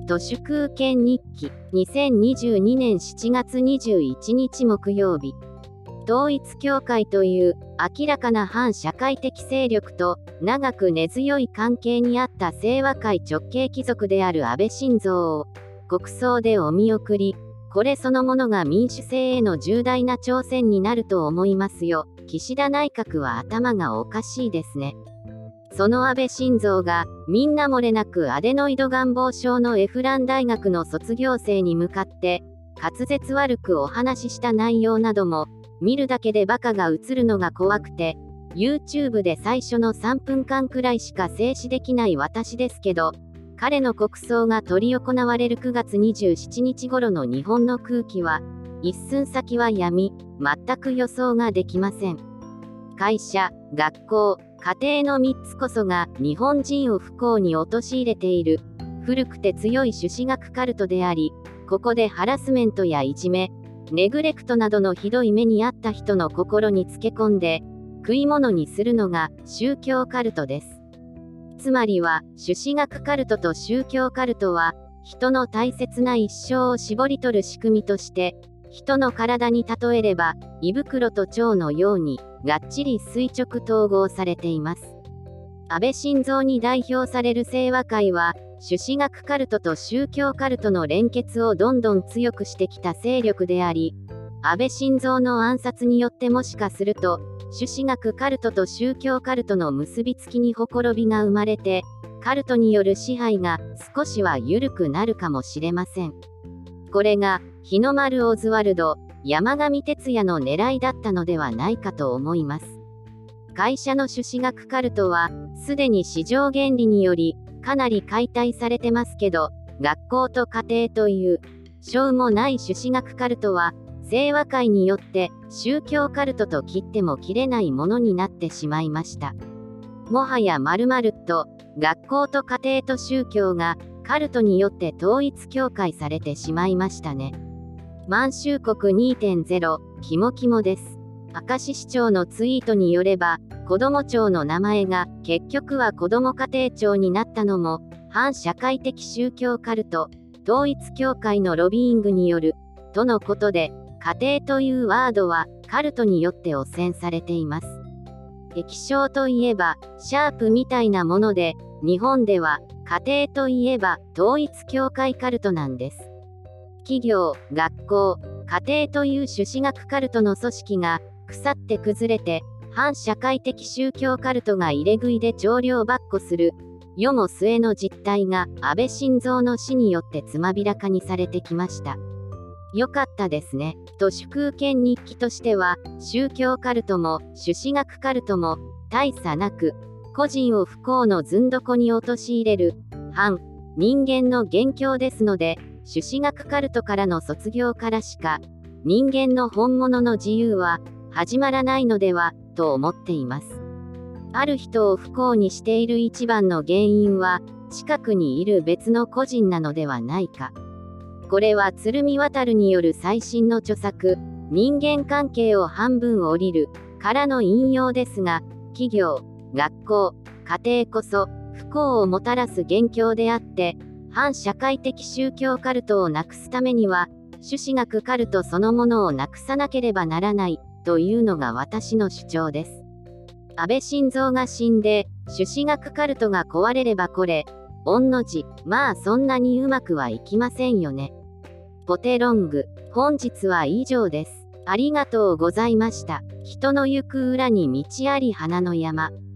都市空権日記2022年7月21日木曜日。統一教会という明らかな反社会的勢力と長く根強い関係にあった清和会直系貴族である安倍晋三を国葬でお見送り、これそのものが民主制への重大な挑戦になると思いますよ。岸田内閣は頭がおかしいですね。その安倍晋三がみんな漏れなくアデノイド願望症のエフラン大学の卒業生に向かって滑舌悪くお話しした内容なども見るだけでバカが映るのが怖くて YouTube で最初の3分間くらいしか静止できない私ですけど、彼の国葬が執り行われる9月27日頃の日本の空気は一寸先は闇、全く予想ができません。会社、学校、家庭の3つこそが日本人を不幸に陥れている古くて強い朱子学カルトであり、ここでハラスメントやいじめ、ネグレクトなどのひどい目に遭った人の心につけ込んで食い物にするのが宗教カルトです。つまりは朱子学カルトと宗教カルトは人の大切な一生を絞り取る仕組みとして人の体に例えれば胃袋と腸のようにがっちり垂直統合されています。安倍晋三に代表される清和会は朱子学カルトと宗教カルトの連結をどんどん強くしてきた勢力であり、安倍晋三の暗殺によってもしかすると朱子学カルトと宗教カルトの結びつきにほころびが生まれて、カルトによる支配が少しは緩くなるかもしれません。これが日の丸オズワルド、山上徹也の狙いだったのではないかと思います。会社の朱子学カルトはすでに市場原理によりかなり解体されてますけど、学校と家庭というしょうもない朱子学カルトは清和会によって宗教カルトと切っても切れないものになってしまいました。もはや丸々と学校と家庭と宗教がカルトによって統一教会されてしまいましたね。満州国 2.0 キモキモです。明石市長のツイートによれば、子ども庁の名前が結局は子ども家庭庁になったのも反社会的宗教カルト、統一教会のロビーイングによるとのことで、家庭というワードはカルトによって汚染されています。液晶といえばシャープみたいなもので、日本では家庭といえば統一教会カルトなんです。企業、学校、家庭という朱子学カルトの組織が腐って崩れて反社会的宗教カルトが入れ食いで帳量ばっこする世も末の実態が安倍晋三の死によってつまびらかにされてきました。よかったですね。都市空権日記としては宗教カルトも朱子学カルトも大差なく個人を不幸のずんどこに陥れる反人間の元凶ですので、朱子学カルトからの卒業からしか人間の本物の自由は始まらないのではと思っています。ある人を不幸にしている一番の原因は近くにいる別の個人なのではないか。これは鶴見渡による最新の著作「人間関係を半分降りる」からの引用ですが、企業、学校、家庭こそ不幸をもたらす元凶であって、反社会的宗教カルトをなくすためには朱子学カルトそのものをなくさなければならないというのが私の主張です。安倍晋三が死んで朱子学カルトが壊れればこれ御の字、まあそんなにうまくはいきませんよね。ポテロング、本日は以上です。ありがとうございました。人の行く裏に道あり花の山。